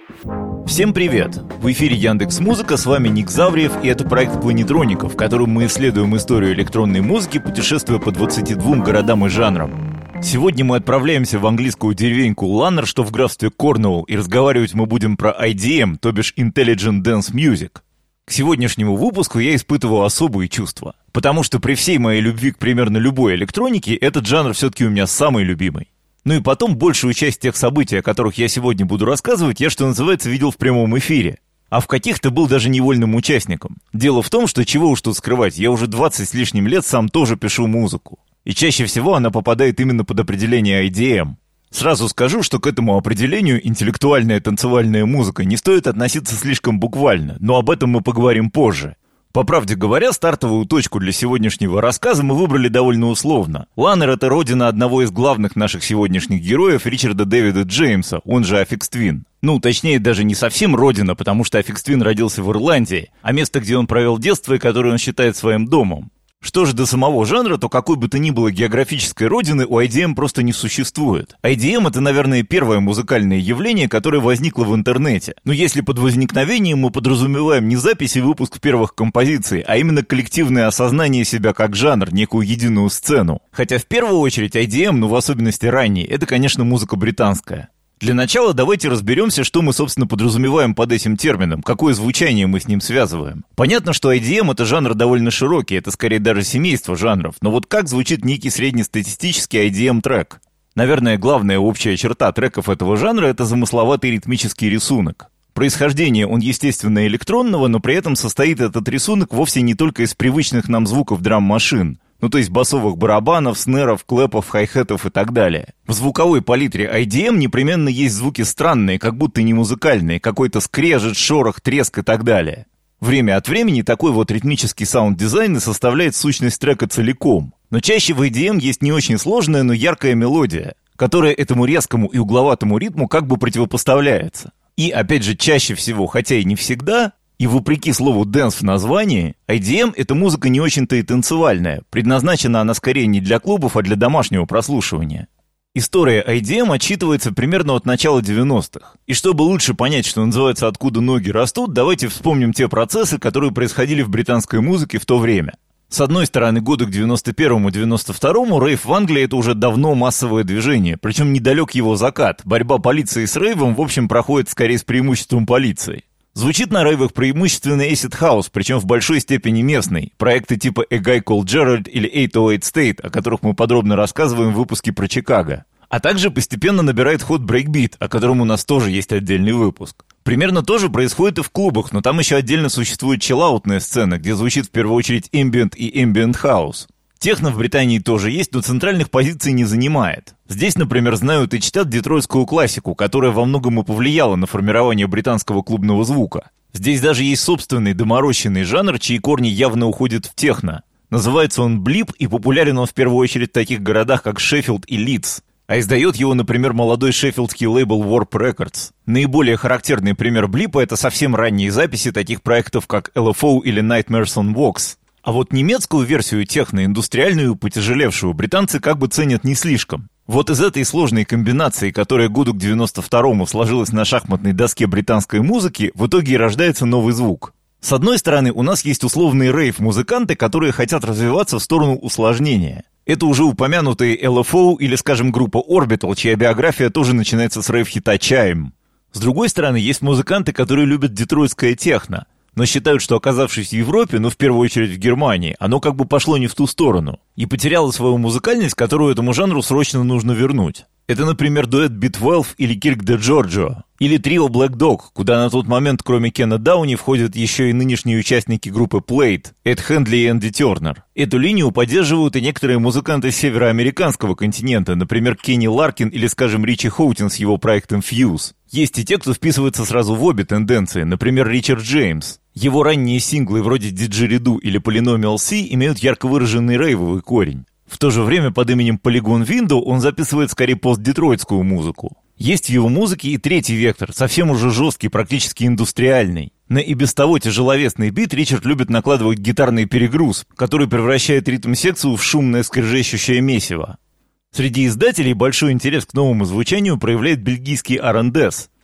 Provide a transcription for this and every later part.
Всем привет! В эфире Яндекс.Музыка, с вами Ник Завриев, и это проект «Планетроника», в котором мы исследуем историю электронной музыки, путешествуя по 22 городам и жанрам. Сегодня мы отправляемся в английскую деревеньку Ланнер, что в графстве Корнуолл, и разговаривать мы будем про IDM, то бишь Intelligent Dance Music. К сегодняшнему выпуску я испытываю особые чувства, потому что при всей моей любви к примерно любой электронике, этот жанр все-таки у меня самый любимый. Ну и потом, большую часть тех событий, о которых я сегодня буду рассказывать, я, что называется, видел в прямом эфире. А в каких-то был даже невольным участником. Дело в том, что чего уж тут скрывать, я уже 20 с лишним лет сам тоже пишу музыку. И чаще всего она попадает именно под определение IDM. Сразу скажу, что к этому определению интеллектуальная танцевальная музыка не стоит относиться слишком буквально, но об этом мы поговорим позже. По правде говоря, стартовую точку для сегодняшнего рассказа мы выбрали довольно условно. Ланнер — это родина одного из главных наших сегодняшних героев, Ричарда Дэвида Джеймса, он же Апекс Твин. Ну, точнее, даже не совсем родина, потому что Апекс Твин родился в Ирландии, а место, где он провел детство и которое он считает своим домом. Что же до самого жанра, то какой бы то ни было географической родины у IDM просто не существует. IDM — это, наверное, первое музыкальное явление, которое возникло в интернете. Но если под возникновением мы подразумеваем не запись и выпуск первых композиций, а именно коллективное осознание себя как жанр, некую единую сцену. Хотя в первую очередь IDM, ну в особенности ранний, это, конечно, музыка британская. Для начала давайте разберемся, что мы, собственно, подразумеваем под этим термином, какое звучание мы с ним связываем. Понятно, что IDM — это жанр довольно широкий, это скорее даже семейство жанров, но вот как звучит некий среднестатистический IDM-трек? Наверное, главная общая черта треков этого жанра — это замысловатый ритмический рисунок. Происхождение он, естественно, электронного, но при этом состоит этот рисунок вовсе не только из привычных нам звуков драм-машин. Ну, то есть басовых барабанов, снеров, клэпов, хай-хетов и так далее. В звуковой палитре IDM непременно есть звуки странные, как будто не музыкальные, какой-то скрежет, шорох, треск и так далее. Время от времени такой вот ритмический саунд-дизайн и составляет сущность трека целиком. Но чаще в IDM есть не очень сложная, но яркая мелодия, которая этому резкому и угловатому ритму как бы противопоставляется. И, опять же, чаще всего, хотя и не всегда, и вопреки слову «dance» в названии, IDM — это музыка не очень-то и танцевальная, предназначена она скорее не для клубов, а для домашнего прослушивания. История IDM отчитывается примерно от начала 90-х. И чтобы лучше понять, что называется, откуда ноги растут, давайте вспомним те процессы, которые происходили в британской музыке в то время. С одной стороны, годы к 91-му, 92-му рейв в Англии — это уже давно массовое движение, причем недалек его закат. Борьба полиции с рейвом, в общем, проходит скорее с преимуществом полиции. Звучит на рейвах преимущественно acid house, причем в большой степени местный. Проекты типа A Guy Called Gerald или 808 State, о которых мы подробно рассказываем в выпуске про Чикаго. А также постепенно набирает ход брейкбит, о котором у нас тоже есть отдельный выпуск. Примерно то же происходит и в клубах, но там еще отдельно существует чиллаутная сцена, где звучит в первую очередь ambient и ambient house. Техно в Британии тоже есть, но центральных позиций не занимает. Здесь, например, знают и чтят детройтскую классику, которая во многом и повлияла на формирование британского клубного звука. Здесь даже есть собственный доморощенный жанр, чьи корни явно уходят в техно. Называется он блип, и популярен он в первую очередь в таких городах, как Шеффилд и Лидс. А издает его, например, молодой шеффилдский лейбл Warp Records. Наиболее характерный пример блипа — это совсем ранние записи таких проектов, как LFO или Nightmares on Wax. А вот немецкую версию техно, индустриальную, потяжелевшую, британцы как бы ценят не слишком. Вот из этой сложной комбинации, которая году к 92-му сложилась на шахматной доске британской музыки, в итоге и рождается новый звук. С одной стороны, у нас есть условные рейв-музыканты, которые хотят развиваться в сторону усложнения. Это уже упомянутые LFO или, скажем, группа Orbital, чья биография тоже начинается с рейв-хита Chime. С другой стороны, есть музыканты, которые любят детройтское техно, но считают, что, оказавшись в Европе, ну в первую очередь в Германии, оно как бы пошло не в ту сторону и потеряло свою музыкальность, которую этому жанру срочно нужно вернуть. Это, например, дуэт Beat12 или Kirk de Giorgio, или трио Black Dog, куда на тот момент, кроме Кена Дауни, входят еще и нынешние участники группы Plate, Эд Хендли и Энди Тернер. Эту линию поддерживают и некоторые музыканты североамериканского континента, например, Кенни Ларкин или, скажем, Ричи Хоутин с его проектом Fuse. Есть и те, кто вписывается сразу в обе тенденции, например, Ричард Джеймс. Его ранние синглы вроде Didgeridoo или Polynomial C имеют ярко выраженный рейвовый корень. В то же время под именем Polygon Window он записывает скорее постдетройтскую музыку. Есть в его музыке и третий вектор, совсем уже жесткий, практически индустриальный. На и без того тяжеловесный бит Ричард любит накладывать гитарный перегруз, который превращает ритм-секцию в шумное скрежещущее месиво. Среди издателей большой интерес к новому звучанию проявляет бельгийский R&S.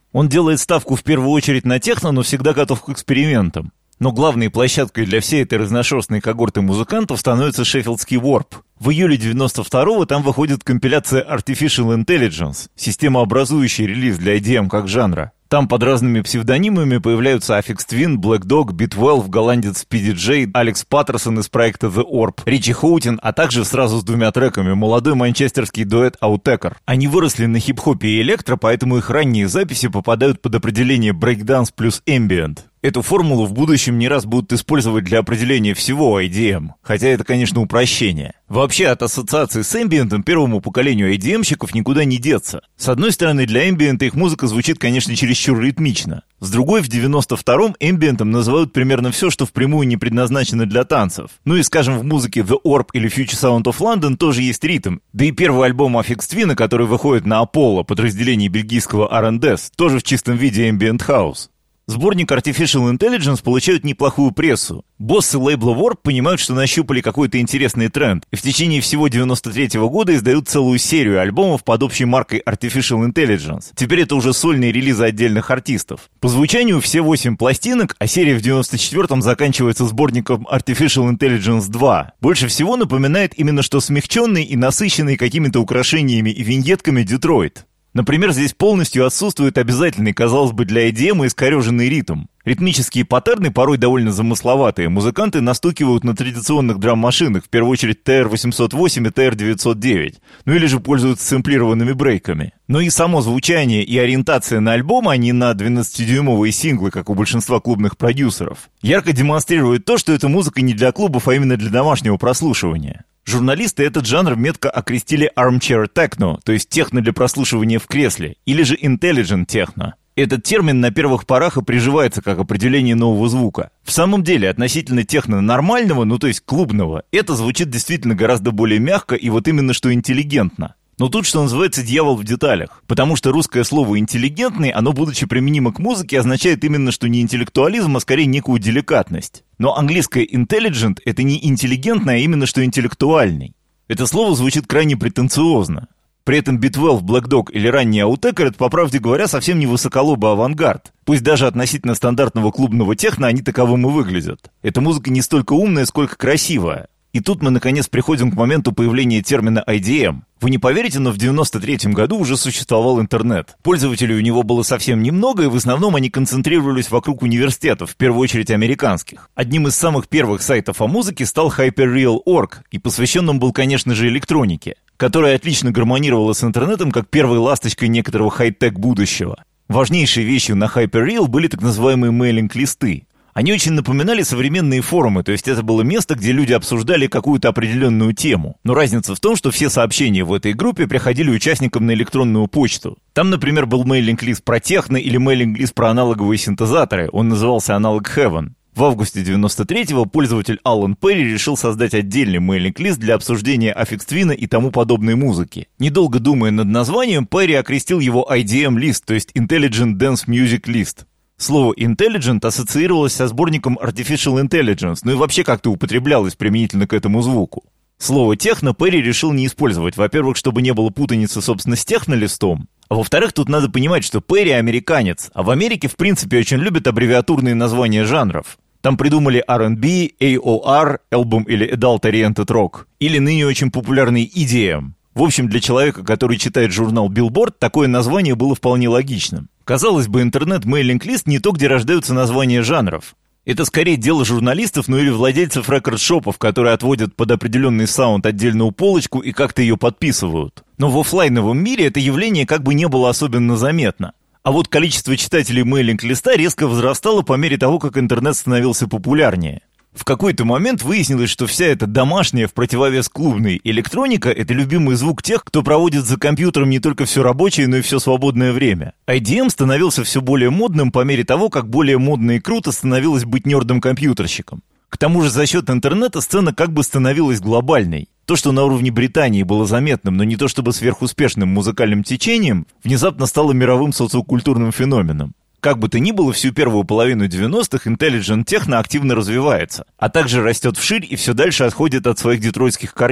Он делает ставку в первую очередь на техно, но всегда готов к экспериментам. Но главной площадкой для всей этой разношерстной когорты музыкантов становится шеффилдский Warp. В июле 92-го там выходит компиляция Artificial Intelligence, системообразующий релиз для EDM как жанра. Там под разными псевдонимами появляются Aphex Twin, Black Dog, Beat12, голландец PDJ, Алекс Паттерсон из проекта The Orb, Ричи Хоутин, а также сразу с 2 треками молодой манчестерский дуэт Outtaker. Они выросли на хип-хопе и электро, поэтому их ранние записи попадают под определение breakdance плюс ambient. Эту формулу в будущем не раз будут использовать для определения всего IDM, хотя это, конечно, упрощение. Вообще, от ассоциации с эмбиентом первому поколению IDM-щиков никуда не деться. С одной стороны, для эмбиента их музыка звучит, конечно, чересчур ритмично. С другой, в 92-м эмбиентом называют примерно все, что впрямую не предназначено для танцев. Ну и, скажем, в музыке The Orb или Future Sound of London тоже есть ритм. Да и первый альбом Aphex Twin, который выходит на Apollo, подразделении бельгийского R&S, тоже в чистом виде ambient house. Сборник Artificial Intelligence получают неплохую прессу. Боссы лейбла Warp понимают, что нащупали какой-то интересный тренд, и в течение всего 93-го года издают целую серию альбомов под общей маркой Artificial Intelligence. Теперь это уже сольные релизы отдельных артистов. По звучанию все 8 пластинок, а серия в 94-м заканчивается сборником Artificial Intelligence 2. Больше всего напоминает именно что смягченный и насыщенный какими-то украшениями и виньетками Детройт. Например, здесь полностью отсутствует обязательный, казалось бы, для EDM искореженный ритм. Ритмические паттерны, порой довольно замысловатые, музыканты настукивают на традиционных драм-машинах, в первую очередь TR-808 и TR-909, ну или же пользуются сэмплированными брейками. Но и само звучание и ориентация на альбом, а не на 12-дюймовые синглы, как у большинства клубных продюсеров, ярко демонстрирует то, что эта музыка не для клубов, а именно для домашнего прослушивания. Журналисты этот жанр метко окрестили armchair techno, то есть техно для прослушивания в кресле, или же intelligent techno. Этот термин на первых порах и приживается как определение нового звука. В самом деле, относительно техно нормального, ну то есть клубного, это звучит действительно гораздо более мягко и вот именно что интеллигентно. Но тут, что называется, дьявол в деталях. Потому что русское слово «интеллигентный», оно, будучи применимо к музыке, означает именно, что не интеллектуализм, а скорее некую деликатность. Но английское «intelligent» — это не интеллигентный, а именно что интеллектуальный. Это слово звучит крайне претенциозно. При этом Beat12, Black Dog или ранний Outtaker — это, по правде говоря, совсем не высоколобый авангард. Пусть даже относительно стандартного клубного техно они таковым и выглядят. Эта музыка не столько умная, сколько красивая. И тут мы, наконец, приходим к моменту появления термина IDM. Вы не поверите, но в 93-м году уже существовал интернет. Пользователей у него было совсем немного, и в основном они концентрировались вокруг университетов, в первую очередь американских. Одним из самых первых сайтов о музыке стал Hyperreal.org, и посвящен он был, конечно же, электронике, которая отлично гармонировала с интернетом как первой ласточкой некоторого хай-тек будущего. Важнейшей вещью на Hyperreal были так называемые мейлинг-листы. Они очень напоминали современные форумы, то есть это было место, где люди обсуждали какую-то определенную тему. Но разница в том, что все сообщения в этой группе приходили участникам на электронную почту. Там, например, был мейлинг-лист про техно или мейлинг-лист про аналоговые синтезаторы, он назывался Analog Heaven. В августе 93-го пользователь Алан Перри решил создать отдельный мейлинг-лист для обсуждения Aphex Twin и тому подобной музыки. Недолго думая над названием, Перри окрестил его IDM-лист, то есть Intelligent Dance Music List. Слово «intelligent» ассоциировалось со сборником Artificial Intelligence, ну и вообще как-то употреблялось применительно к этому звуку. Слово «техно» Перри решил не использовать, во-первых, чтобы не было путаницы, собственно, с технолистом, а во-вторых, тут надо понимать, что Перри американец, а в Америке, в принципе, очень любят аббревиатурные названия жанров. Там придумали R&B, AOR, Album или Adult Oriented Rock, или ныне очень популярный EDM. В общем, для человека, который читает журнал Billboard, такое название было вполне логичным. Казалось бы, интернет-мейлинг-лист не то, где рождаются названия жанров. Это скорее дело журналистов, ну или владельцев рекорд-шопов, которые отводят под определенный саунд отдельную полочку и как-то ее подписывают. Но в офлайновом мире это явление как бы не было особенно заметно. А вот количество читателей мейлинг-листа резко возрастало по мере того, как интернет становился популярнее. В какой-то момент выяснилось, что вся эта домашняя в противовес клубной электроника — это любимый звук тех, кто проводит за компьютером не только все рабочее, но и все свободное время. IDM становился все более модным по мере того, как более модно и круто становилось быть нердом-компьютерщиком. К тому же за счет интернета сцена как бы становилась глобальной. То, что на уровне Британии было заметным, но не то чтобы сверхуспешным музыкальным течением, внезапно стало мировым социокультурным феноменом. Как бы то ни было, всю первую половину 90-х Intelligent Techno активно развивается, а также растет вширь и все дальше отходит от своих детройтских корней.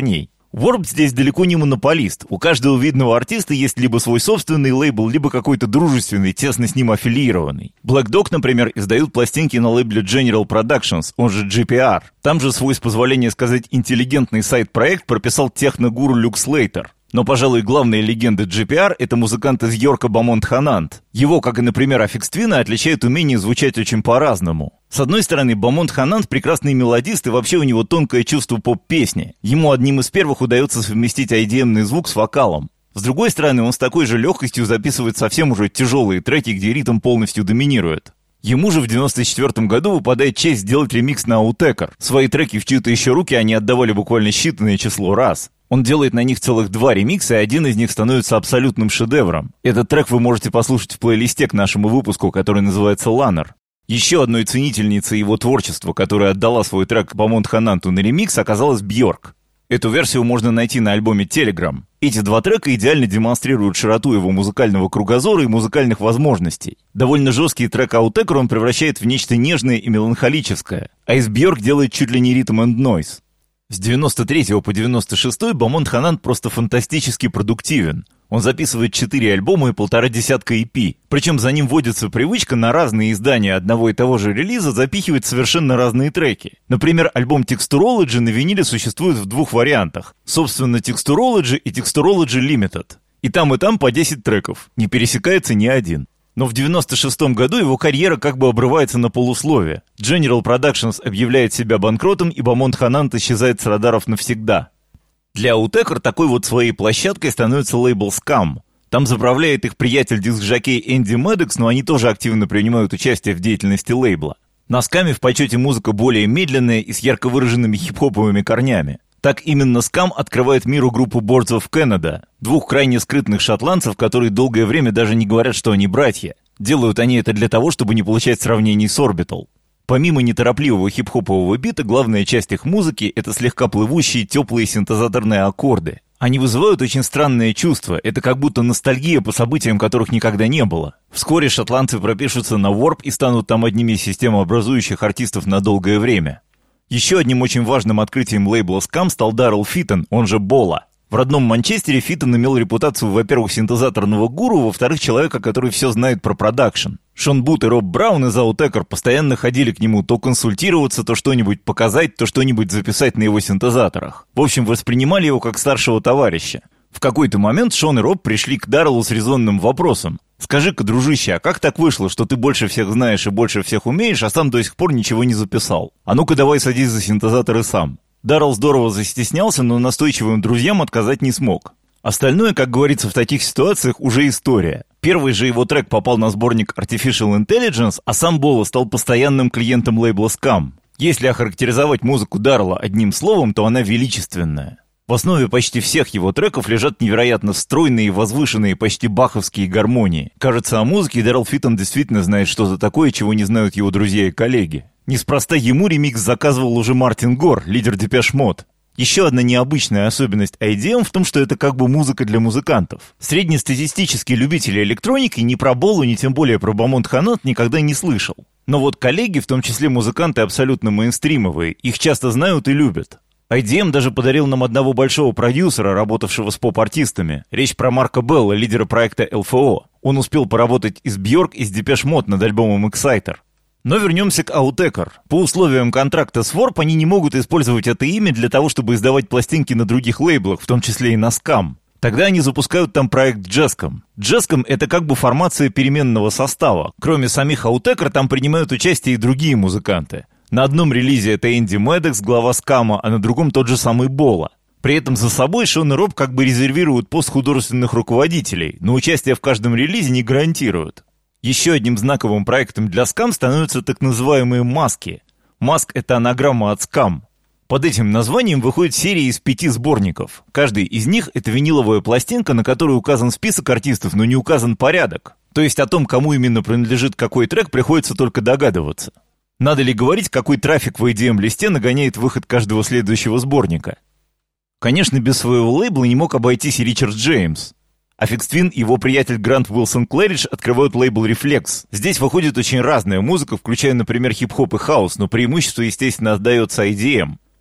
Warp здесь далеко не монополист. У каждого видного артиста есть либо свой собственный лейбл, либо какой-то дружественный, тесно с ним аффилированный. Black Dog, например, издают пластинки на лейбле General Productions, он же GPR. Там же свой, с позволения сказать, интеллигентный сайт-проект прописал техно-гуру Люк Слейтер. Но, пожалуй, главная легенда GPR — это музыкант из Йорка Бамонт Ханант. Его, как и, например, Аффикс Твина, отличает умение звучать очень по-разному. С одной стороны, Бамонт Ханант — прекрасный мелодист, и вообще у него тонкое чувство поп-песни. Ему одним из первых удается совместить IDM-ный звук с вокалом. С другой стороны, он с такой же легкостью записывает совсем уже тяжелые треки, где ритм полностью доминирует. Ему же в 1994 году выпадает честь сделать ремикс на Autechre. Свои треки в чьи-то еще руки они отдавали буквально считанное число раз. Он делает на них целых 2 ремикса, и один из них становится абсолютным шедевром. Этот трек вы можете послушать в плейлисте к нашему выпуску, который называется «Ланнер». Еще одной ценительницей его творчества, которая отдала свой трек Бамонт Хананту на ремикс, оказалась Бьорк. Эту версию можно найти на альбоме Telegram. Эти 2 трека идеально демонстрируют широту его музыкального кругозора и музыкальных возможностей. Довольно жесткий трек Autechre он превращает в нечто нежное и меланхолическое, а из Бьорк делает чуть ли не ритм and noise. С 93 по 96 Бамонт Ханант просто фантастически продуктивен. Он записывает 4 альбома и 1,5 десятка EP. Причем за ним водится привычка на разные издания одного и того же релиза запихивать совершенно разные треки. Например, альбом Texturology на виниле существует в 2 вариантах. Собственно, Texturology и Texturology Limited. И там по 10 треков. Не пересекается ни один. Но в 96 году его карьера как бы обрывается на полусловие. General Productions объявляет себя банкротом, и Бамонт Ханант исчезает с радаров навсегда. Для Autechre такой вот своей площадкой становится лейбл Scum. Там заправляет их приятель-диск-жокей Энди Медекс, но они тоже активно принимают участие в деятельности лейбла. На Scum в почете музыка более медленная и с ярко выраженными хип-хоповыми корнями. Так именно Scum открывает миру группу Boards of Canada, 2 крайне скрытных шотландцев, которые долгое время даже не говорят, что они братья. Делают они это для того, чтобы не получать сравнений с Orbital. Помимо неторопливого хип-хопового бита, главная часть их музыки — это слегка плывущие теплые синтезаторные аккорды. Они вызывают очень странное чувство, это как будто ностальгия по событиям, которых никогда не было. Вскоре шотландцы пропишутся на Warp и станут там одними из системообразующих артистов на долгое время. Еще одним очень важным открытием лейбла Scum стал Даррел Фитон, он же Бола. В родном Манчестере Фитон имел репутацию, во-первых, синтезаторного гуру, во-вторых, человека, который все знает про продакшн. Шон Бут и Роб Браун из Autechre постоянно ходили к нему то консультироваться, то что-нибудь показать, то что-нибудь записать на его синтезаторах. В общем, воспринимали его как старшего товарища. В какой-то момент Шон и Роб пришли к Даррелу с резонным вопросом. «Скажи-ка, дружище, а как так вышло, что ты больше всех знаешь и больше всех умеешь, а сам до сих пор ничего не записал? А ну-ка давай садись за синтезаторы сам». Даррел здорово застеснялся, но настойчивым друзьям отказать не смог. Остальное, как говорится в таких ситуациях, уже история. Первый же его трек попал на сборник Artificial Intelligence, а сам Бола стал постоянным клиентом лейбла Scum. Если охарактеризовать музыку Даррела одним словом, то она величественная. В основе почти всех его треков лежат невероятно стройные и возвышенные, почти баховские гармонии. Кажется, о музыке Даррел Фитон действительно знает что-то такое, чего не знают его друзья и коллеги. Неспроста ему ремикс заказывал уже Мартин Гор, лидер Depeche Mode. Еще одна необычная особенность IDM в том, что это как бы музыка для музыкантов. Среднестатистический любитель электроники ни про Болу, ни тем более про Бамонт Ханант никогда не слышал. Но вот коллеги, в том числе музыканты абсолютно мейнстримовые, их часто знают и любят. IDM даже подарил нам одного большого продюсера, работавшего с поп-артистами. Речь про Марка Белла, лидера проекта LFO. Он успел поработать и с Бьорк, и с Depeche Mode над альбомом Exciter. Но вернемся к Autechre. По условиям контракта с Warp они не могут использовать это имя для того, чтобы издавать пластинки на других лейблах, в том числе и на Scum. Тогда они запускают там проект Jazzcom. Jazzcom — это как бы формация переменного состава. Кроме самих Autechre там принимают участие и другие музыканты. На одном релизе это Энди Медекс, глава Scum, а на другом тот же самый Бола. При этом за собой Шон и Роб как бы резервируют пост художественных руководителей, но участие в каждом релизе не гарантируют. Еще одним знаковым проектом для Scum становятся так называемые маски. Маск — это анаграмма от Scum. Под этим названием выходит серия из 5 сборников. Каждый из них — это виниловая пластинка, на которой указан список артистов, но не указан порядок. То есть о том, кому именно принадлежит какой трек, приходится только догадываться. Надо ли говорить, какой трафик в EDM-листе нагоняет выход каждого следующего сборника? Конечно, без своего лейбла не мог обойтись и Ричард Джеймс. Аффикс Твин и его приятель Грант Уилсон Клэридж открывают лейбл Reflex. Здесь выходит очень разная музыка, включая, например, хип-хоп и хаус, но преимущество, естественно, отдается IDM.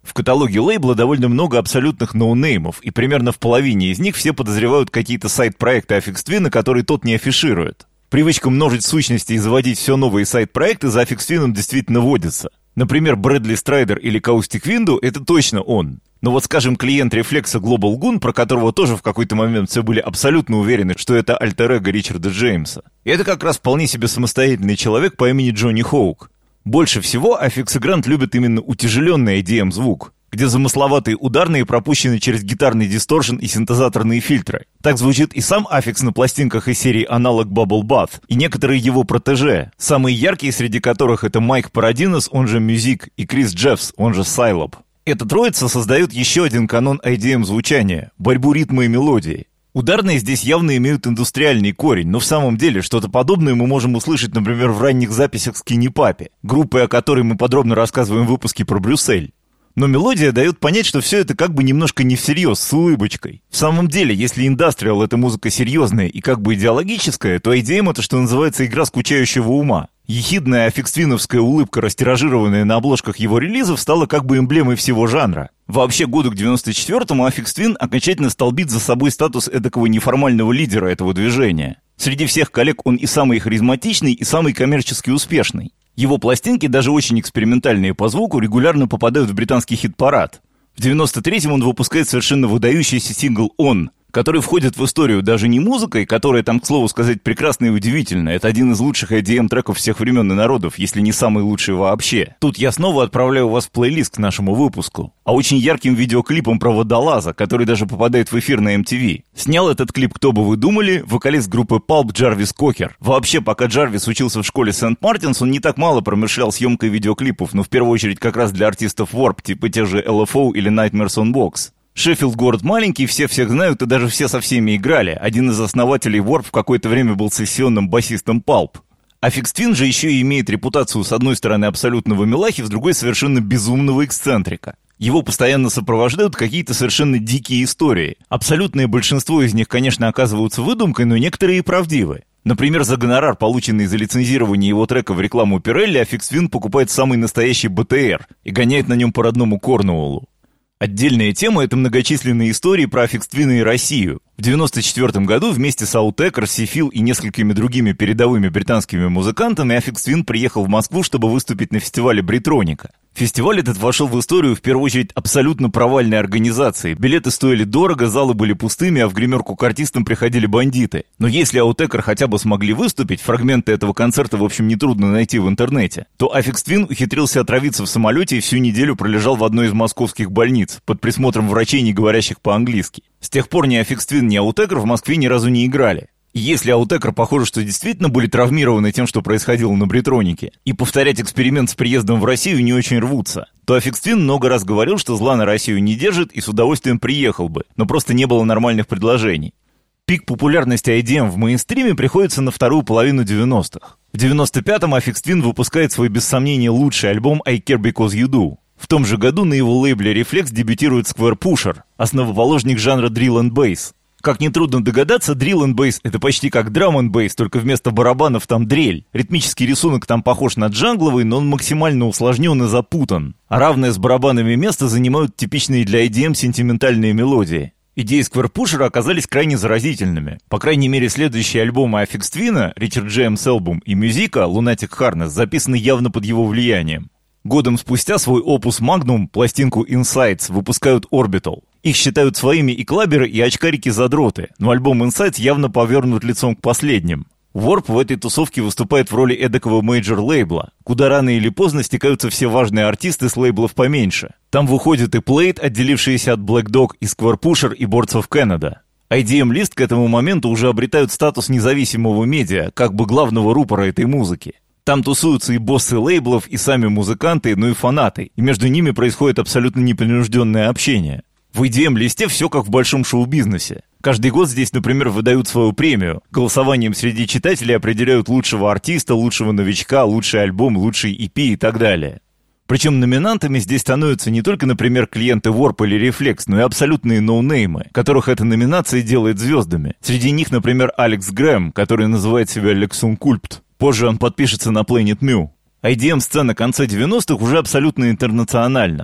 В каталоге лейбла довольно много абсолютных ноунеймов, и примерно в половине из них все подозревают какие-то сайт-проекты Aphex Twin, которые тот не афиширует. Привычка множить сущности и заводить все новые сайт-проекты за Aphex Twin действительно водится. Например, Брэдли Страйдер или Caustic Window — это точно он. Но вот, скажем, клиент рефлекса Global Goon, про которого тоже в какой-то момент все были абсолютно уверены, что это альтер-эго Ричарда Джеймса. Это как раз вполне себе самостоятельный человек по имени Джонни Хоук. Больше всего Aphex и Grant любят именно утяжеленный IDM-звук, где замысловатые ударные пропущены через гитарный дисторшн и синтезаторные фильтры. Так звучит и сам Aphex на пластинках из серии Analog Bubble Bath, и некоторые его протеже, самые яркие среди которых это Майк Парадинос, он же Music, и Крис Джеффс, он же Scilab. Эта троица создает еще один канон IDM-звучания – борьбу ритма и мелодии. Ударные здесь явно имеют индустриальный корень, но в самом деле что-то подобное мы можем услышать, например, в ранних записях Skinny Puppy, группы, о которой мы подробно рассказываем в выпуске про Брюссель. Но мелодия дает понять, что все это как бы немножко не всерьез, с улыбочкой. В самом деле, если индастриал — это музыка серьезная и как бы идеологическая, то IDM — это, что называется, игра скучающего ума. Ехидная аффекствиновская улыбка, растиражированная на обложках его релизов, стала как бы эмблемой всего жанра. Вообще, году к 94-му Aphex Twin окончательно столбит за собой статус эдакого неформального лидера этого движения. Среди всех коллег он и самый харизматичный, и самый коммерчески успешный. Его пластинки, даже очень экспериментальные по звуку, регулярно попадают в британский хит-парад. В 93-м он выпускает совершенно выдающийся сингл «Он», который входит в историю даже не музыкой, которая там, к слову сказать, прекрасна и удивительна. Это один из лучших IDM-треков всех времен и народов, если не самый лучший вообще. Тут я снова отправляю вас в плейлист к нашему выпуску. А очень ярким видеоклипом про водолаза, который даже попадает в эфир на MTV. Снял этот клип, кто бы вы думали, вокалист группы Pulp Джарвис Кокер. Вообще, пока Джарвис учился в школе Сент-Мартинс, он не так мало промышлял съемкой видеоклипов, но в первую очередь как раз для артистов Warp, типа тех же LFO или Nightmares on Box. Шеффилд город маленький, все всех знают и даже все со всеми играли. Один из основателей Warp в какое-то время был сессионным басистом Pulp. Aphex Twin же еще и имеет репутацию с одной стороны абсолютного милахи, с другой совершенно безумного эксцентрика. Его постоянно сопровождают какие-то совершенно дикие истории. Абсолютное большинство из них, конечно, оказываются выдумкой, но некоторые и правдивы. Например, за гонорар, полученный за лицензирование его трека в рекламу Pirelli, Aphex Twin покупает самый настоящий БТР и гоняет на нем по родному Корнуоллу. Отдельная тема — это многочисленные истории про Aphex Twin и Россию. В 1994 году вместе с Outekер, Сифил и несколькими другими передовыми британскими музыкантами Aphex Twin приехал в Москву, чтобы выступить на фестивале Бритроника. Фестиваль этот вошел в историю в первую очередь абсолютно провальной организации. Билеты стоили дорого, залы были пустыми, а в гримерку к артистам приходили бандиты. Но если Outekер хотя бы смогли выступить, фрагменты этого концерта, в общем, нетрудно найти в интернете, то Aphex Twin ухитрился отравиться в самолете и всю неделю пролежал в одной из московских больниц под присмотром врачей, не говорящих по-английски. С тех пор ни Aphex Twin, ни Outekер в Москве ни разу не играли. И если Outekер, похоже, что действительно были травмированы тем, что происходило на Бритронике, и повторять эксперимент с приездом в Россию не очень рвутся, то Aphex Twin много раз говорил, что зла на Россию не держит и с удовольствием приехал бы, но просто не было нормальных предложений. Пик популярности IDM в мейнстриме приходится на вторую половину 90-х. В 95-м Aphex Twin выпускает свой без сомнения лучший альбом I Care Because You Do. В том же году на его лейбле Reflex дебютирует Square Pusher, основоположник жанра Drill and Bass. Как нетрудно догадаться, Drill and Bass — это почти как Drum and Bass, только вместо барабанов там дрель. Ритмический рисунок там похож на джангловый, но он максимально усложнен и запутан. А равное с барабанами место занимают типичные для IDM сентиментальные мелодии. Идеи Square Pusher оказались крайне заразительными. По крайней мере, следующие альбомы Aphex Twin, Richard James Album и Musica, Lunatic Harness, записаны явно под его влиянием. Годом спустя свой опус Magnum, пластинку Insights, выпускают Orbital. Их считают своими и клаберы, и очкарики-задроты, но альбом Insights явно повернут лицом к последним. Warp в этой тусовке выступает в роли эдакого мейджор-лейбла, куда рано или поздно стекаются все важные артисты с лейблов поменьше. Там выходят и Plate, отделившиеся от Black Dog, и Square Pusher, и Boards of Canada. IDM-лист к этому моменту уже обретают статус независимого медиа, как бы главного рупора этой музыки. Там тусуются и боссы лейблов, и сами музыканты, но и фанаты, и между ними происходит абсолютно непринужденное общение. В EDM-листе все как в большом шоу-бизнесе. Каждый год здесь, например, выдают свою премию. Голосованием среди читателей определяют лучшего артиста, лучшего новичка, лучший альбом, лучший EP и так далее. Причем номинантами здесь становятся не только, например, клиенты Warp или Reflex, но и абсолютные ноунеймы, которых эта номинация делает звездами. Среди них, например, Алекс Грэм, который называет себя Лексун Кульпт. Позже он подпишется на Planet Mu. IDM-сцена конца 90-х уже абсолютно интернациональна.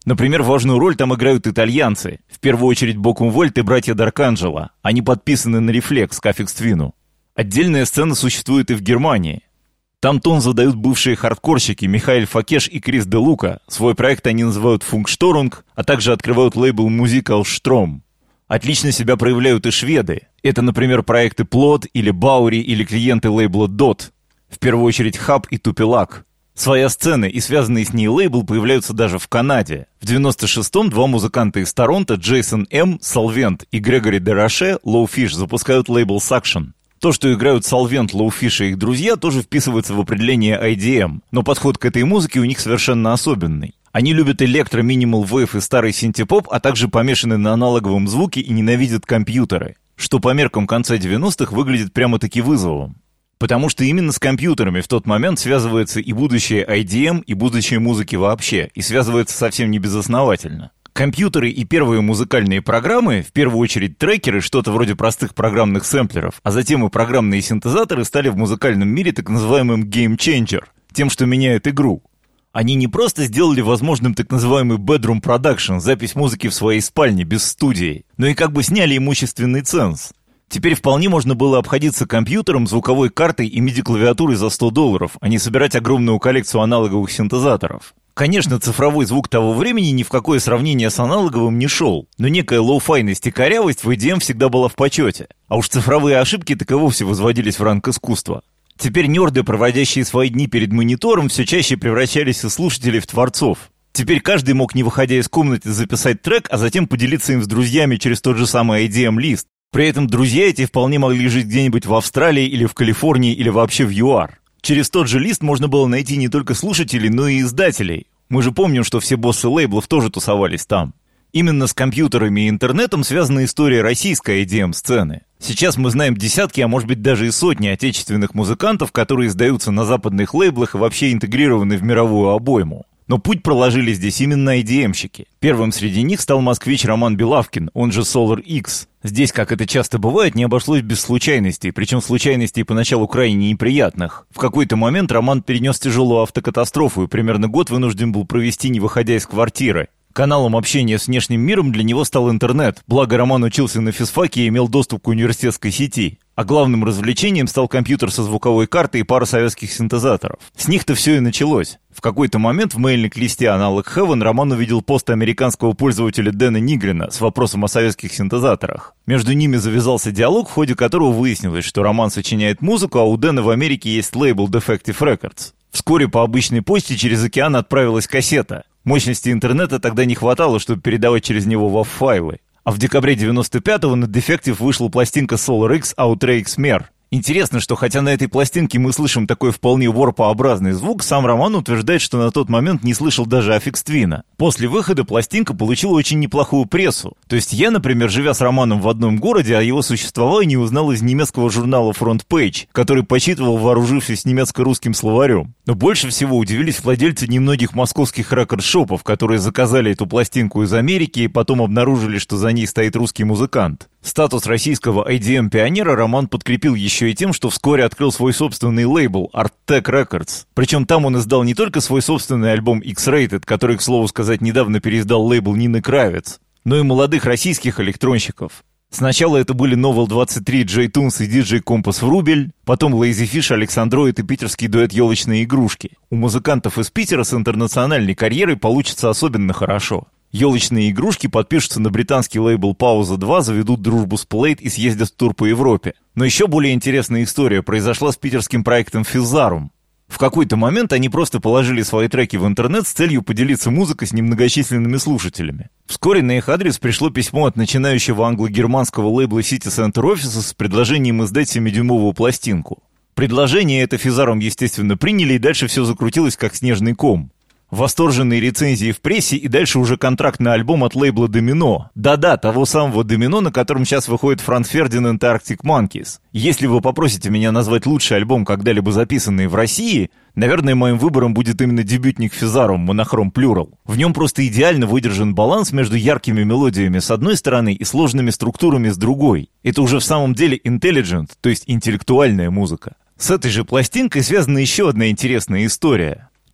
Например, важную роль там играют итальянцы, в первую очередь Бокумвольт и братья Д'Арканджело. Они подписаны на Reflex к Aphex Twin. Отдельная сцена существует и в Германии. Там тон задают бывшие хардкорщики Михаэль Факеш и Крис де Лука. Свой проект они называют Функшторунг, а также открывают лейбл Musical Strom. Отлично себя проявляют и шведы. Это, например, проекты Plot или Баури или клиенты лейбла Dot. В первую очередь Хаб и Тупилак. Своя сцена и связанные с ней лейбл появляются даже в Канаде. В 96-м два музыканта из Торонто, Джейсон М., Solvent и Грегори Дероше, Lowfish, запускают лейбл Suction. То, что играют Solvent, Lowfish и их друзья, тоже вписывается в определение IDM, но подход к этой музыке у них совершенно особенный. Они любят электро, минимал вейв и старый синтепоп, а также помешаны на аналоговом звуке и ненавидят компьютеры, что по меркам конца 90-х выглядит прямо-таки вызовом. Потому что именно с компьютерами в тот момент связывается и будущее IDM, и будущее музыки вообще, и связывается совсем не безосновательно. Компьютеры и первые музыкальные программы, в первую очередь трекеры, что-то вроде простых программных сэмплеров, а затем и программные синтезаторы стали в музыкальном мире так называемым game changer, тем, что меняет игру. Они не просто сделали возможным так называемый bedroom production, запись музыки в своей спальне, без студии, но и как бы сняли имущественный ценз. Теперь вполне можно было обходиться компьютером, звуковой картой и MIDI-клавиатурой за $100, а не собирать огромную коллекцию аналоговых синтезаторов. Конечно, цифровой звук того времени ни в какое сравнение с аналоговым не шел, но некая лоу-файность и корявость в EDM всегда была в почете. А уж цифровые ошибки так и вовсе возводились в ранг искусства. Теперь нерды, проводящие свои дни перед монитором, все чаще превращались из слушателей в творцов. Теперь каждый мог, не выходя из комнаты, записать трек, а затем поделиться им с друзьями через тот же самый IDM-лист. При этом друзья эти вполне могли жить где-нибудь в Австралии или в Калифорнии или вообще в ЮАР. Через тот же лист можно было найти не только слушателей, но и издателей. Мы же помним, что все боссы лейблов тоже тусовались там. Именно с компьютерами и интернетом связана история российской EDM-сцены. Сейчас мы знаем десятки, а может быть даже и сотни отечественных музыкантов, которые издаются на западных лейблах и вообще интегрированы в мировую обойму. Но путь проложили здесь именно IDM-щики. Первым среди них стал москвич Роман Белавкин, он же Solar X. Здесь, как это часто бывает, не обошлось без случайностей, причем случайностей поначалу крайне неприятных. В какой-то момент Роман перенес тяжелую автокатастрофу и примерно год вынужден был провести, не выходя из квартиры. Каналом общения с внешним миром для него стал интернет, благо Роман учился на физфаке и имел доступ к университетской сети. А главным развлечением стал компьютер со звуковой картой и пара советских синтезаторов. С них-то все и началось. В какой-то момент в мейлинг-листе Analog Heaven Роман увидел пост американского пользователя Дэна Нигрина с вопросом о советских синтезаторах. Между ними завязался диалог, в ходе которого выяснилось, что Роман сочиняет музыку, а у Дэна в Америке есть лейбл Defective Records. Вскоре по обычной почте через океан отправилась кассета. Мощности интернета тогда не хватало, чтобы передавать через него WAV-файлы. А в декабре 95-го на Defective вышла пластинка Solar X Outre XMR. Интересно, что хотя на этой пластинке мы слышим такой вполне ворпообразный звук, сам Роман утверждает, что на тот момент не слышал даже Aphex Twin. После выхода пластинка получила очень неплохую прессу. То есть я, например, живя с Романом в одном городе, о его существовании узнал из немецкого журнала Front Page, который почитывал, вооружившись немецко-русским словарем. Но больше всего удивились владельцы немногих московских рекорд-шопов, которые заказали эту пластинку из Америки и потом обнаружили, что за ней стоит русский музыкант. Статус российского IDM-пионера Роман подкрепил еще и тем, что вскоре открыл свой собственный лейбл Arttech Records. Причем там он издал не только свой собственный альбом X-Rated, который, к слову сказать, недавно переиздал лейбл Нины Кравец, но и молодых российских электронщиков. Сначала это были Novel 23, J-Tunes и DJ Compass Врубель, потом Lazyfish, Александроид и питерский дуэт «Елочные игрушки». У музыкантов из Питера с интернациональной карьерой получится особенно хорошо. «Елочные игрушки» подпишутся на британский лейбл «Пауза 2», заведут дружбу с Plate и съездят в тур по Европе. Но еще более интересная история произошла с питерским проектом «Физарум». В какой-то момент они просто положили свои треки в интернет с целью поделиться музыкой с немногочисленными слушателями. Вскоре на их адрес пришло письмо от начинающего англо-германского лейбла City Center Office с предложением издать 7-дюймовую пластинку. Предложение это Физарум, естественно, приняли, и дальше все закрутилось как снежный ком. Восторженные рецензии в прессе и дальше уже контракт на альбом от лейбла Domino. Да-да, того самого Domino, на котором сейчас выходит Франц Фердинанд и Arctic Monkeys. Если вы попросите меня назвать лучший альбом, когда-либо записанный в России, наверное, моим выбором будет именно дебютник Физарум Monochrome Plural. В нем просто идеально выдержан баланс между яркими мелодиями с одной стороны и сложными структурами с другой. Это уже в самом деле intelligent, то есть интеллектуальная музыка. С этой же пластинкой связана еще одна интересная история.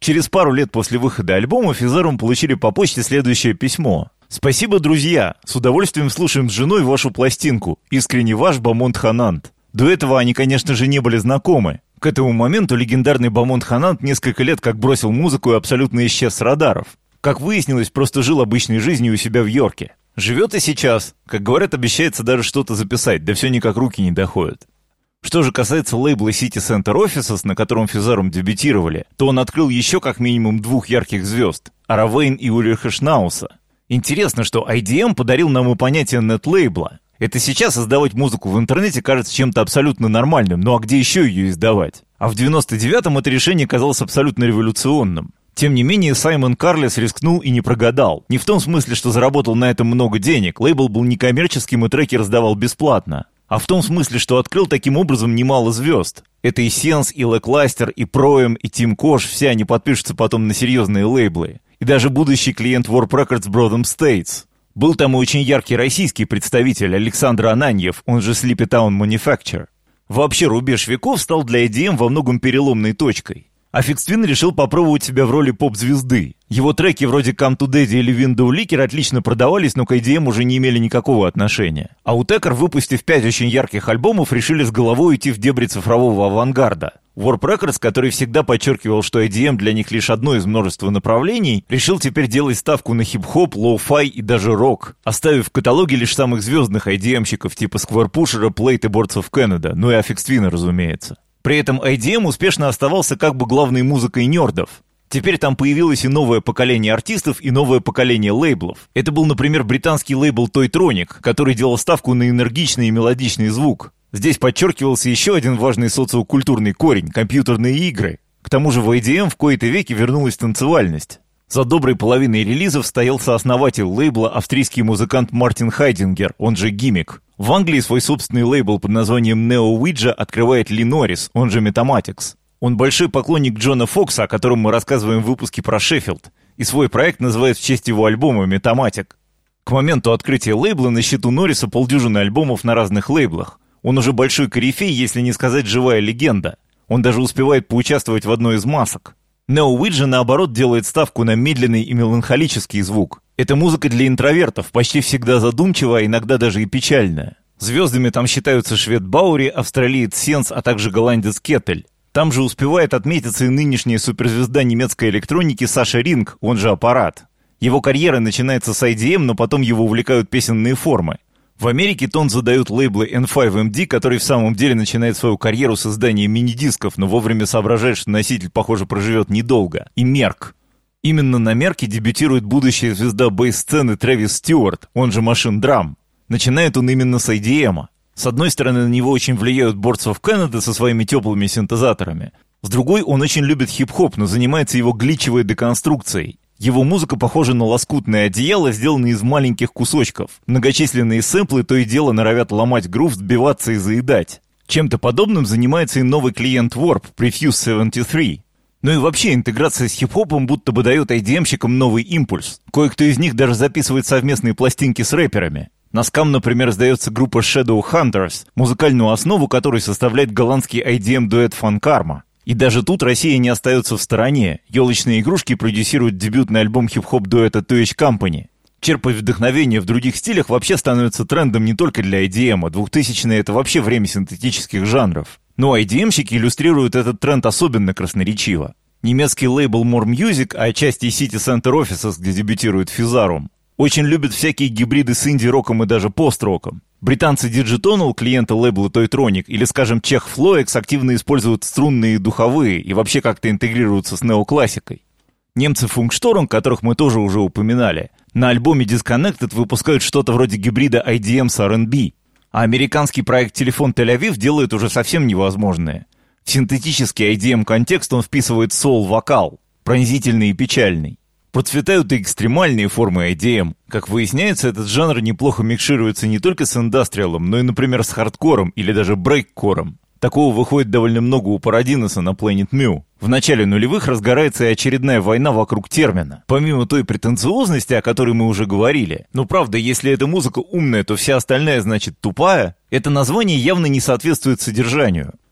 Через пару лет после выхода альбома Физарум получили по почте следующее письмо. «Спасибо, друзья! С удовольствием слушаем с женой вашу пластинку. Искренне ваш Бамонт Ханант». До этого они, конечно же, не были знакомы. К этому моменту легендарный Бамонт Ханант несколько лет как бросил музыку и абсолютно исчез с радаров. Как выяснилось, просто жил обычной жизнью у себя в Йорке. Живет и сейчас. Как говорят, обещается даже что-то записать, да все никак руки не доходят. Что же касается лейбла City Center Offices, на котором Физарум дебютировали, то он открыл еще как минимум двух ярких звезд – Аравейн и Ульриха Шнауса. Интересно, что IDM подарил нам и понятие нет-лейбла. Это сейчас издавать музыку в интернете кажется чем-то абсолютно нормальным, ну а где еще ее издавать? А в 99-м это решение казалось абсолютно революционным. Тем не менее, Саймон Карлес рискнул и не прогадал. Не в том смысле, что заработал на этом много денег, лейбл был некоммерческим и треки раздавал бесплатно. А в том смысле, что открыл таким образом немало звезд. Это и Сенс, и Лэкластер, и Проем, и Тим Кош, все они подпишутся потом на серьезные лейблы. И даже будущий клиент Warp Records Brotham States. Был там и очень яркий российский представитель Александр Ананьев, он же Sleepy Town Manufacture. Вообще рубеж веков стал для EDM во многом переломной точкой. Апфекс Твин решил попробовать себя в роли поп-звезды. Его треки вроде Come to Daddy или Window Licker отлично продавались, но к EDM уже не имели никакого отношения. А Autechre, выпустив 5 очень ярких альбомов, решили с головой идти в дебри цифрового авангарда. Warp Records, который всегда подчеркивал, что EDM для них лишь одно из множества направлений, решил теперь делать ставку на хип-хоп, лоу-фай и даже рок, оставив в каталоге лишь самых звездных EDM-щиков типа Square Pusher, Plate и Boards of Canada, ну и Апфекс Твина, разумеется. При этом IDM успешно оставался как бы главной музыкой нердов. Теперь там появилось и новое поколение артистов, и новое поколение лейблов. Это был, например, британский лейбл Toytronic, который делал ставку на энергичный и мелодичный звук. Здесь подчеркивался еще один важный социокультурный корень – компьютерные игры. К тому же в IDM в кои-то веки вернулась танцевальность. За доброй половиной релизов стоял сооснователь лейбла австрийский музыкант Мартин Хайдингер, он же Гиммик. В Англии свой собственный лейбл под названием Neo Ouija открывает Ли Норрис, он же Metamatic. Он большой поклонник Джона Фокса, о котором мы рассказываем в выпуске про Шеффилд, и свой проект называет в честь его альбома Metamatic. К моменту открытия лейбла на счету Норриса полдюжины альбомов на разных лейблах. Он уже большой корифей, если не сказать живая легенда. Он даже успевает поучаствовать в одной из масок. Neo Ouija, наоборот, делает ставку на медленный и меланхолический звук. Это музыка для интровертов, почти всегда задумчивая, иногда даже и печальная. Звездами там считаются швед Баури, австралиец Сенс, а также голландец Кетель. Там же успевает отметиться и нынешняя суперзвезда немецкой электроники Саша Ринг, он же Аппарат. Его карьера начинается с IDM, но потом его увлекают песенные формы. В Америке тон задают лейблы N5MD, который в самом деле начинает свою карьеру с издания мини-дисков, но вовремя соображает, что носитель, похоже, проживет недолго. И Мерк. Именно на Мерке дебютирует будущая звезда бейс-сцены Трэвис Стюарт, он же Machine Drum. Начинает он именно с IDM. С одной стороны, на него очень влияют Boards of Canada со своими теплыми синтезаторами. С другой, он очень любит хип-хоп, но занимается его гличевой деконструкцией. Его музыка похожа на лоскутное одеяло, сделанное из маленьких кусочков. Многочисленные сэмплы то и дело норовят ломать грув, сбиваться и заедать. Чем-то подобным занимается и новый клиент Warp, Prefuse 73. Ну и вообще, интеграция с хип-хопом будто бы дает IDM-щикам новый импульс. Кое-кто из них даже записывает совместные пластинки с рэперами. На Scam, например, сдается группа Shadow Hunters, музыкальную основу которой составляет голландский IDM-дуэт Fun Karma. И даже тут Россия не остается в стороне. Ёлочные игрушки продюсируют дебютный альбом хип-хоп-дуэта Two Company. Черпать вдохновение в других стилях вообще становится трендом не только для IDM, а 2000-е — это вообще время синтетических жанров. Но IDM-щики иллюстрируют этот тренд особенно красноречиво. Немецкий лейбл More Music, а отчасти City Center Offices, где дебютирует Физарум, очень любят всякие гибриды с инди-роком и даже пост-роком. Британцы Digitonal, клиенты лейбла Toytronic, или, скажем, чех Floex активно используют струнные и духовые и вообще как-то интегрируются с неоклассикой. Немцы Funkstörung, которых мы тоже уже упоминали, на альбоме Disconnected выпускают что-то вроде гибрида IDM с R&B. А американский проект Телефон Тель-Авив делает уже совсем невозможное. В синтетический IDM-контекст он вписывает соул-вокал, пронзительный и печальный. Процветают и экстремальные формы IDM. Как выясняется, этот жанр неплохо микшируется не только с индастриалом, но и, например, с хардкором или даже брейккором. Такого выходит довольно много у Парадиноса на Planet Mu. В начале нулевых разгорается и очередная война вокруг термина. Помимо той претенциозности, о которой мы уже говорили, но правда, если эта музыка умная, то вся остальная значит тупая, это название явно не соответствует содержанию.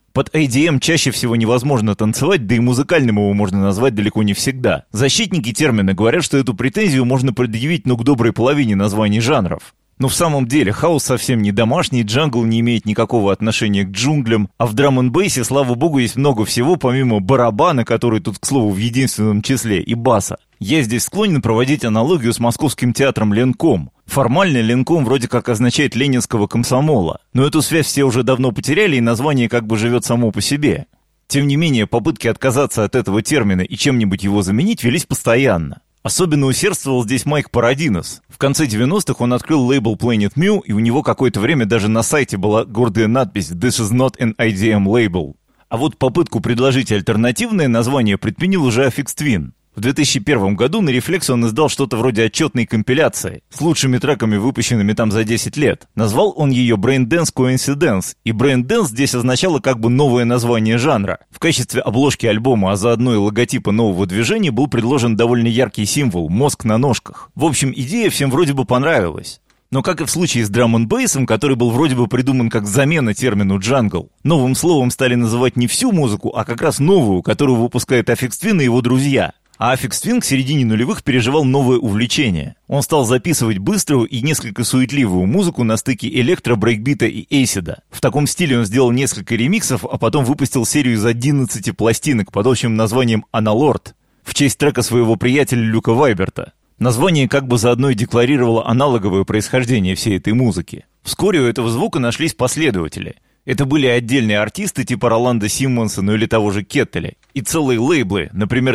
Под IDM чаще всего невозможно танцевать, да и музыкальным его можно назвать далеко не всегда. Защитники термина говорят, что эту претензию можно предъявить, к доброй половине названий жанров. Но в самом деле хаус совсем не домашний, джангл не имеет никакого отношения к джунглям, а в драм-н-бейсе, слава богу, есть много всего, помимо барабана, который тут, к слову, в единственном числе, и баса. Я здесь склонен проводить аналогию с московским театром Ленком. Формально Ленком вроде как означает ленинского комсомола, но эту связь все уже давно потеряли, и название как бы живет само по себе. Тем не менее, попытки отказаться от этого термина и чем-нибудь его заменить велись постоянно. Особенно усердствовал здесь Майк Парадинос. В конце 90-х он открыл лейбл Planet Mu, и у него какое-то время даже на сайте была гордая надпись «This is not an IDM label». А вот попытку предложить альтернативное название предпринял уже Aphex Twin. В 2001 году на Reflex он издал что-то вроде отчетной компиляции с лучшими треками, выпущенными там за 10 лет. Назвал он ее Braindance Coincidence, и Braindance здесь означало как бы новое название жанра. В качестве обложки альбома, а заодно и логотипа нового движения был предложен довольно яркий символ – мозг на ножках. В общем, идея всем вроде бы понравилась. Но как и в случае с драм-н-бейсом, который был вроде бы придуман как замена термину «джангл», новым словом стали называть не всю музыку, а как раз новую, которую выпускает Aphex Twin и его друзья. А Aphex Twin к середине нулевых переживал новое увлечение. Он стал записывать быструю и несколько суетливую музыку на стыке электро, брейкбита и эйсида. В таком стиле он сделал несколько ремиксов, а потом выпустил серию из 11 пластинок под общим названием «Аналорд» в честь трека своего приятеля Люка Вайберта. Название как бы заодно и декларировало аналоговое происхождение всей этой музыки. Вскоре у этого звука нашлись последователи. Это были отдельные артисты типа Роланда Симмонса, или того же Кеттеля. И целые лейблы, например,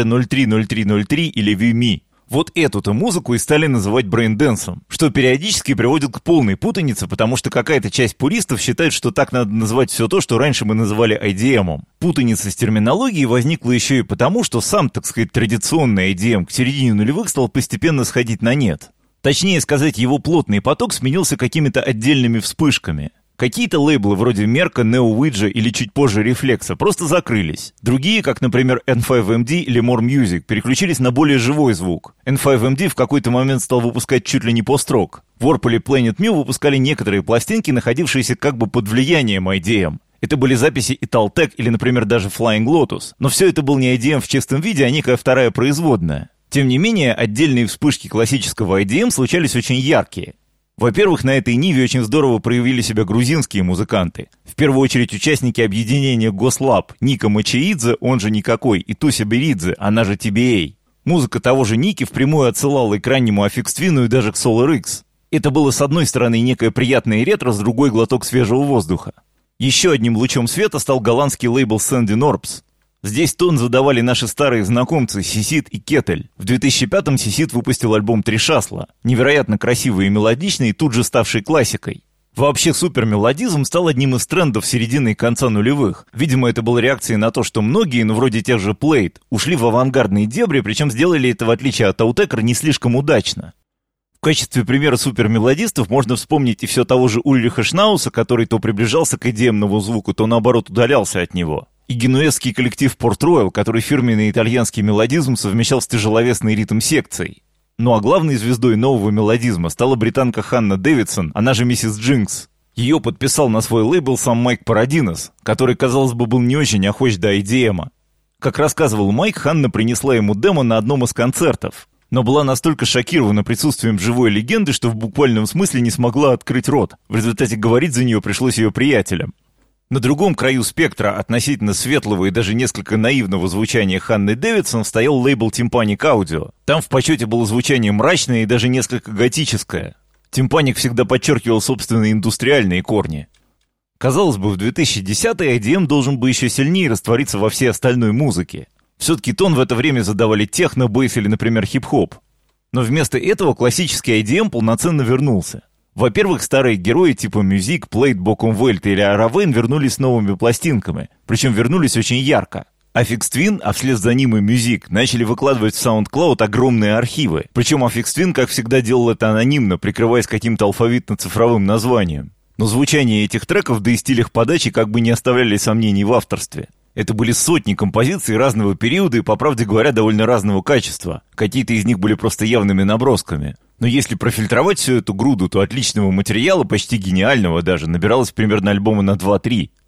030303 или VME. Вот эту-то музыку и стали называть брейндэнсом, что периодически приводит к полной путанице, потому что какая-то часть пуристов считает, что так надо называть все то, что раньше мы называли IDM-ом. Путаница с терминологией возникла еще и потому, что сам, так сказать, традиционный IDM к середине нулевых стал постепенно сходить на нет. Точнее сказать, его плотный поток сменился какими-то отдельными вспышками. Какие-то лейблы вроде Мерка, Neo Ouija или чуть позже Рефлекса просто закрылись. Другие, как, например, N5MD или More Music, переключились на более живой звук. N5MD в какой-то момент стал выпускать чуть ли не пост-рок. Warp или Planet Mu выпускали некоторые пластинки, находившиеся как бы под влиянием IDM. Это были записи Italtech или, например, даже Flying Lotus. Но все это был не IDM в чистом виде, а некая вторая производная. Тем не менее, отдельные вспышки классического IDM случались очень яркие. Во-первых, на этой ниве очень здорово проявили себя грузинские музыканты. В первую очередь участники объединения Гослаб Ника Мачеидзе, он же Никакой, и Туся Беридзе, она же TBA. Музыка того же Ники впрямую отсылала и к раннему Aphex Twin, и даже к Solar X. Это было с одной стороны некое приятное ретро, с другой глоток свежего воздуха. Еще одним лучом света стал голландский лейбл Sandy Norps. Здесь тон задавали наши старые знакомцы Сисид и Кеттель. В 2005-м Сисид выпустил альбом «Три шасла», невероятно красивый и мелодичный, тут же ставший классикой. Вообще супермелодизм стал одним из трендов середины и конца нулевых. Видимо, это было реакцией на то, что многие, вроде тех же Played, ушли в авангардные дебри, причем сделали это, в отличие от Аутекер, не слишком удачно. В качестве примера супермелодистов можно вспомнить и все того же Ульриха Шнауса, который то приближался к идеемному звуку, то наоборот удалялся от него. И генуэзский коллектив Порт Роял, который фирменный итальянский мелодизм совмещал с тяжеловесной ритм-секцией. Ну а главной звездой нового мелодизма стала британка Ханна Дэвидсон, она же миссис Джинкс. Ее подписал на свой лейбл сам Майк Парадинос, который, казалось бы, был не очень охоч до IDM-а. Как рассказывал Майк, Ханна принесла ему демо на одном из концертов, но была настолько шокирована присутствием живой легенды, что в буквальном смысле не смогла открыть рот. В результате говорить за нее пришлось ее приятелям. На другом краю спектра относительно светлого и даже несколько наивного звучания Ханны Дэвидсон стоял лейбл Tympanic Audio. Там в почете было звучание мрачное и даже несколько готическое. Tympanic всегда подчеркивал собственные индустриальные корни. Казалось бы, в 2010-е IDM должен бы еще сильнее раствориться во всей остальной музыке. Все-таки тон в это время задавали техно, бейс или, например, хип-хоп. Но вместо этого классический IDM полноценно вернулся. Во-первых, старые герои типа Music, Played, Бокумвельт или Аравейн вернулись с новыми пластинками, причем вернулись очень ярко. Aphex Twin, а вслед за ним и Music, начали выкладывать в SoundCloud огромные архивы, причем Aphex Twin, как всегда, делал это анонимно, прикрываясь каким-то алфавитно-цифровым названием. Но звучание этих треков, да и стиль их подачи как бы не оставляли сомнений в авторстве. Это были сотни композиций разного периода и, по правде говоря, довольно разного качества. Какие-то из них были просто явными набросками. Но если профильтровать всю эту груду, то отличного материала, почти гениального даже, набиралось примерно альбома на 2-3.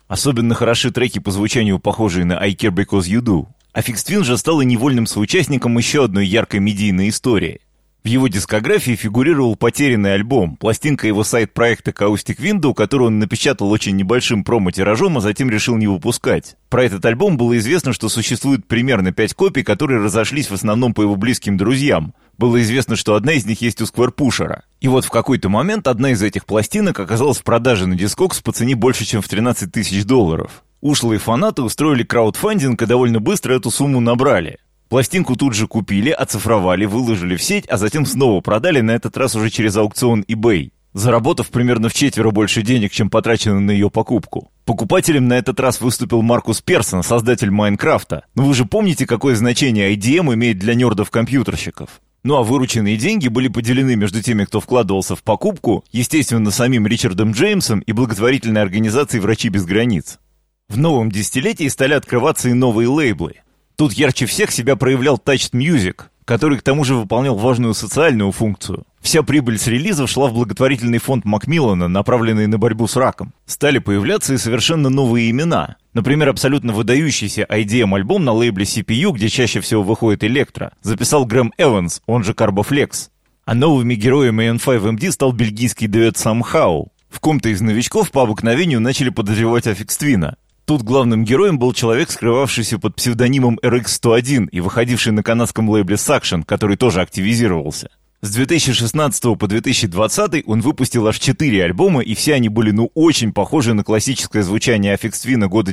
Особенно хороши треки по звучанию, похожие на I Care Because You Do. Aphex Twin же стала невольным соучастником еще одной яркой медийной истории. В его дискографии фигурировал потерянный альбом, пластинка его сайт-проекта Caustic Window, которую он напечатал очень небольшим промо-тиражом, а затем решил не выпускать. Про этот альбом было известно, что существует примерно 5 копий, которые разошлись в основном по его близким друзьям. Было известно, что одна из них есть у Скверпушера. И вот в какой-то момент одна из этих пластинок оказалась в продаже на Discogs по цене больше, чем в $13 тысяч. Ушлые фанаты устроили краудфандинг и довольно быстро эту сумму набрали. Пластинку тут же купили, оцифровали, выложили в сеть, а затем снова продали, на этот раз уже через аукцион eBay, заработав примерно вчетверо больше денег, чем потрачено на ее покупку. Покупателем на этот раз выступил Маркус Персон, создатель Майнкрафта. Но вы же помните, какое значение IDM имеет для нердов-компьютерщиков? Ну а вырученные деньги были поделены между теми, кто вкладывался в покупку, естественно, самим Ричардом Джеймсом и благотворительной организацией «Врачи без границ». В новом десятилетии стали открываться и новые лейблы. Тут ярче всех себя проявлял Touched Music, который к тому же выполнял важную социальную функцию. Вся прибыль с релизов шла в благотворительный фонд Макмиллана, направленный на борьбу с раком. Стали появляться и совершенно новые имена. Например, абсолютно выдающийся IDM-альбом на лейбле CPU, где чаще всего выходит электро, записал Грэм Эванс, он же Carboflex. А новыми героями N5MD стал бельгийский дуэт Somehow. В ком-то из новичков по обыкновению начали подозревать Aphex Twin. Тут главным героем был человек, скрывавшийся под псевдонимом RX-101 и выходивший на канадском лейбле Suction, который тоже активизировался. С 2016 по 2020 он выпустил аж 4 альбома, и все они были очень похожи на классическое звучание Aphex Twin года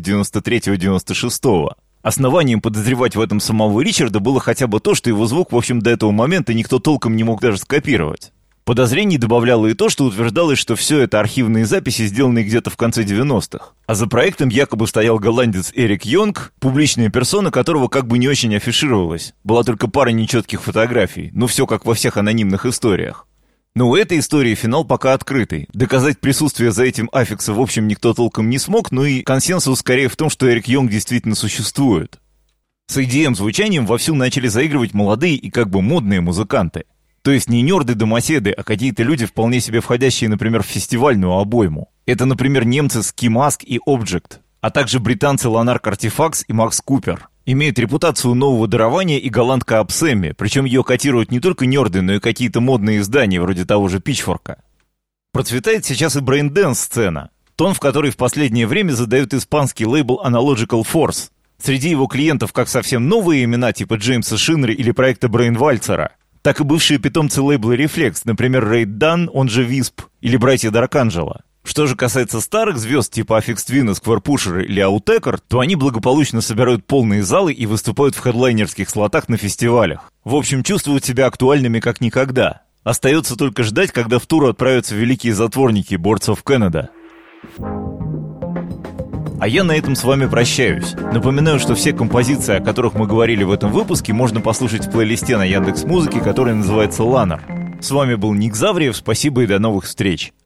93-96. Основанием подозревать в этом самого Ричарда было хотя бы то, что его звук, в общем, до этого момента никто толком не мог даже скопировать. Подозрений добавляло и то, что утверждалось, что все это архивные записи, сделанные где-то в конце 90-х. А за проектом якобы стоял голландец Эрик Йонг, публичная персона, которого как бы не очень афишировалась. Была только пара нечетких фотографий, все как во всех анонимных историях. Но у этой истории финал пока открытый. Доказать присутствие за этим Апхекса в общем никто толком не смог, и консенсус скорее в том, что Эрик Йонг действительно существует. С EDM-звучанием вовсю начали заигрывать молодые и как бы модные музыканты. То есть не нерды-домоседы, а какие-то люди, вполне себе входящие, например, в фестивальную обойму. Это, например, немцы Ski Mask и Object, а также британцы Lanark Artifacts и Макс Купер. Имеют репутацию нового дарования и голландка Абсэмми, причем ее котируют не только нерды, но и какие-то модные издания, вроде того же Pitchfork'а. Процветает сейчас и брейн-дэнс-сцена, тон, в который в последнее время задают испанский лейбл Analogical Force. Среди его клиентов как совсем новые имена типа Джеймса Шиннери или проекта Брейн-Вальцера, так и бывшие питомцы лейбла Reflex, например, Рейд Дан, он же Висп, или братья Дарканджело. Что же касается старых звезд типа Aphex Twin, Скверпушера или Аутекер, то они благополучно собирают полные залы и выступают в хедлайнерских слотах на фестивалях. В общем, чувствуют себя актуальными как никогда. Остается только ждать, когда в тур отправятся великие затворники Boards of Canada. А я на этом с вами прощаюсь. Напоминаю, что все композиции, о которых мы говорили в этом выпуске, можно послушать в плейлисте на Яндекс.Музыке, который называется «Ланар». С вами был Ник Завриев, спасибо и до новых встреч.